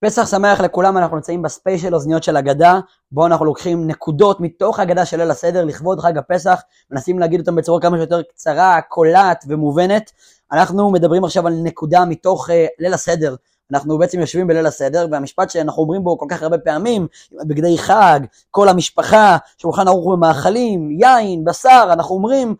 פסח שמח לכולם, אנחנו נמצאים בספיישל אוזניות של אגדה, בו אנחנו לוקחים נקודות מתוך אגדה של ליל הסדר, לכבוד חג הפסח, מנסים להגיד אותם בצורה כמה שיותר קצרה, קולעת ומובנת. אנחנו מדברים עכשיו על נקודה מתוך ליל הסדר, אנחנו בעצם יושבים בליל הסדר, והמשפט שאנחנו אומרים בו כל כך הרבה פעמים, בגדי חג, כל המשפחה, שולחן ערוך במאכלים, יין, בשר, אנחנו אומרים,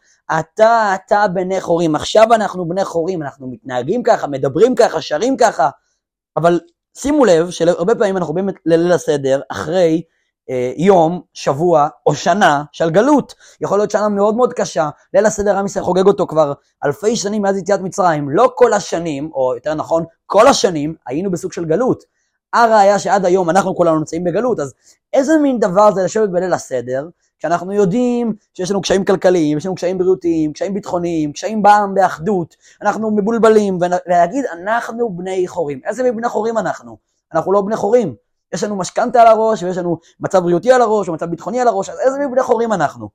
אתה בני חורים, עכשיו אנחנו בני חורים, אנחנו מתנהגים ככה, מדברים ככה, שרים ככה, אבל שימו לב שהרבה פעמים אנחנו באים לליל הסדר אחרי יום, שבוע או שנה של גלות. יכול להיות שנה מאוד מאוד קשה, ליל הסדר עם ישראל חוגג אותו כבר אלפי שנים מאז יציאת מצרים, לא כל השנים, או יותר נכון, כל השנים היינו בסוג של גלות. הראיה שעד היום אנחנו כולנו נמצאים בגלות, אז איזה מין דבר זה לשבת בליל הסדר, כשאנחנו יודעים שיש לנו קשיים כלכליים, יש לנו קשיים בריאותיים, קשיים ביטחוניים, קשיים בעם באחדות, אנחנו מבולבלים, ולהגיד אנחנו בני חורים. איזה בני חורים אנחנו? אנחנו לא בני חורים. יש לנו משכנתה על הראש, ויש לנו מצב בריאותי על הראש, ומצב ביטחוני על הראש, אז איזה בני חורים אנחנו?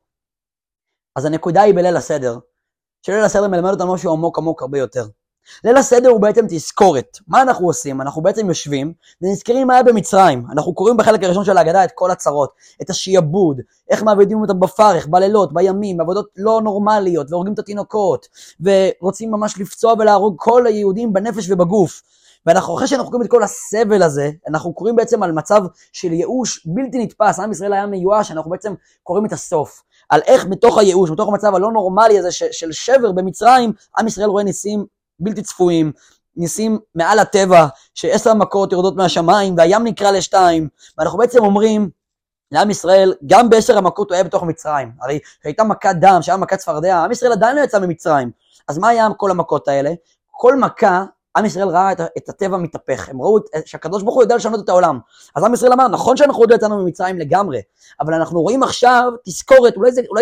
אז הנקודה היא בליל הסדר, שליל הסדר מלמד אותנו משהו עמוק הרבה יותר. ליל הסדר הוא בעצם תזכורת. מה אנחנו עושים? אנחנו בעצם יושבים ונזכרים מה היה במצרים. אנחנו קוראים בחלק הראשון של ההגדה את כל הצרות, את השיעבוד, איך מעבדים אותם בפרך, בלילות, בימים, בעבודות לא נורמליות, והורגים את התינוקות, ורוצים ממש לפצוע ולהרוג כל היהודים בנפש ובגוף. ואנחנו אחרי שאנחנו קוראים את כל הסבל הזה, אנחנו קוראים בעצם על מצב של ייאוש בלתי נתפס. עם ישראל היה מיואש, אנחנו בעצם קוראים את הסוף. על איך מתוך הייאוש, מתוך המצב הלא נורמלי הזה של שבר במצרים, עם ישראל רואה ניסים בלתי צפויים, ניסים מעל הטבע, ש10 מכות יורדות מהשמיים, והים נקרא לשתיים, ואנחנו בעצם אומרים, לעם ישראל, גם ב10 המכות הוא היה בתוך מצרים, הרי הייתה מכת דם, שהיה מכת צפרדע, עם ישראל עדיין לא יצא ממצרים, אז מה היה כל המכות האלה? כל מכה, עם ישראל ראה את הטבע מתהפך, הם ראו שהקדוש ברוך הוא יודע לשנות את העולם, אז עם ישראל אמר, נכון שאנחנו עוד לא יצאנו ממצרים לגמרי, אבל אנחנו רואים עכשיו תזכורת,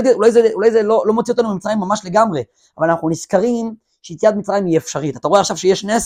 אולי זה לא מוציא אותנו ממצרים ממש לגמרי, אבל אנחנו נזכרים שיציאת מצרים היא אפשרית. אתה רואה עכשיו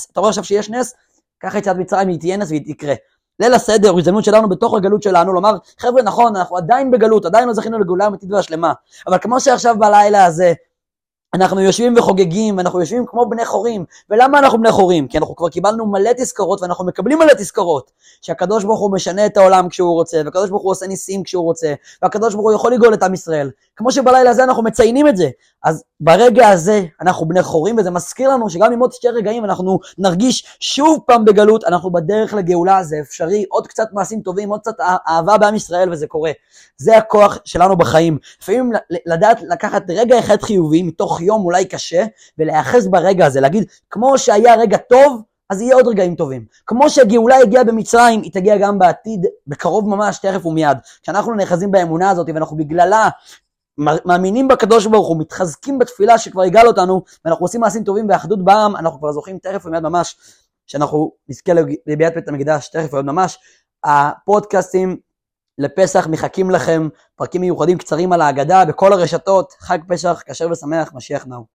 שיש נס, ככה יציאת מצרים היא תהיה נס והיא תקרה. ליל הסדר הוא הזדמנות שלנו בתוך הגלות שלנו, לומר, חבר'ה נכון, אנחנו עדיין בגלות, עדיין לא זכינו לגאולה אמיתית והשלמה, אבל כמו שעכשיו בלילה הזה, אנחנו יושבים וחוגגים, אנחנו יושבים כמו בני חורים. ולמה אנחנו בני חורים? כי אנחנו כבר קיבלנו מלא תזכורות, ואנחנו מקבלים מלא תזכורות, שהקדוש ברוך הוא משנה את העולם כשהוא רוצה, והקדוש ברוך הוא עושה ניסים כשהוא רוצה, והקדוש ברוך הוא יכול לגאול את עם ישראל. כמו שבלילה הזה אנחנו מציינים את זה. אז ברגע הזה אנחנו בני חורים, וזה מזכיר לנו שגם אם עוד 2 רגעים אנחנו נרגיש שוב פעם בגלות, אנחנו בדרך לגאולה, זה אפשרי, עוד קצת מעשים טובים, עוד קצת אהבה בעם ישראל, וזה קורה. זה הכוח שלנו בחיים. לפעמים לדעת לקחת רגע אחד חיובי, מתוך יום אולי קשה, ולהיאחז ברגע הזה, להגיד, כמו שהיה רגע טוב, אז יהיה עוד רגעים טובים. כמו שהגאולה הגיעה במצרים, היא תגיע גם בעתיד, בקרוב ממש, תכף ומיד. כשאנחנו נאחזים באמונה הזאת, ואנחנו בגללה מאמינים בקדוש ברוך הוא, מתחזקים בתפילה שכבר יגאל אותנו, ואנחנו עושים מעשים טובים באחדות בעם, אנחנו כבר זוכים תכף ומיד ממש, שאנחנו נזכה לביאת בית המקדש, תכף ומיד ממש. הפודקאסטים לפסח מחכים לכם, פרקים מיוחדים קצרים על ההגדה, בכל הרשתות, חג פסח, כשר ושמח, משיח נאו.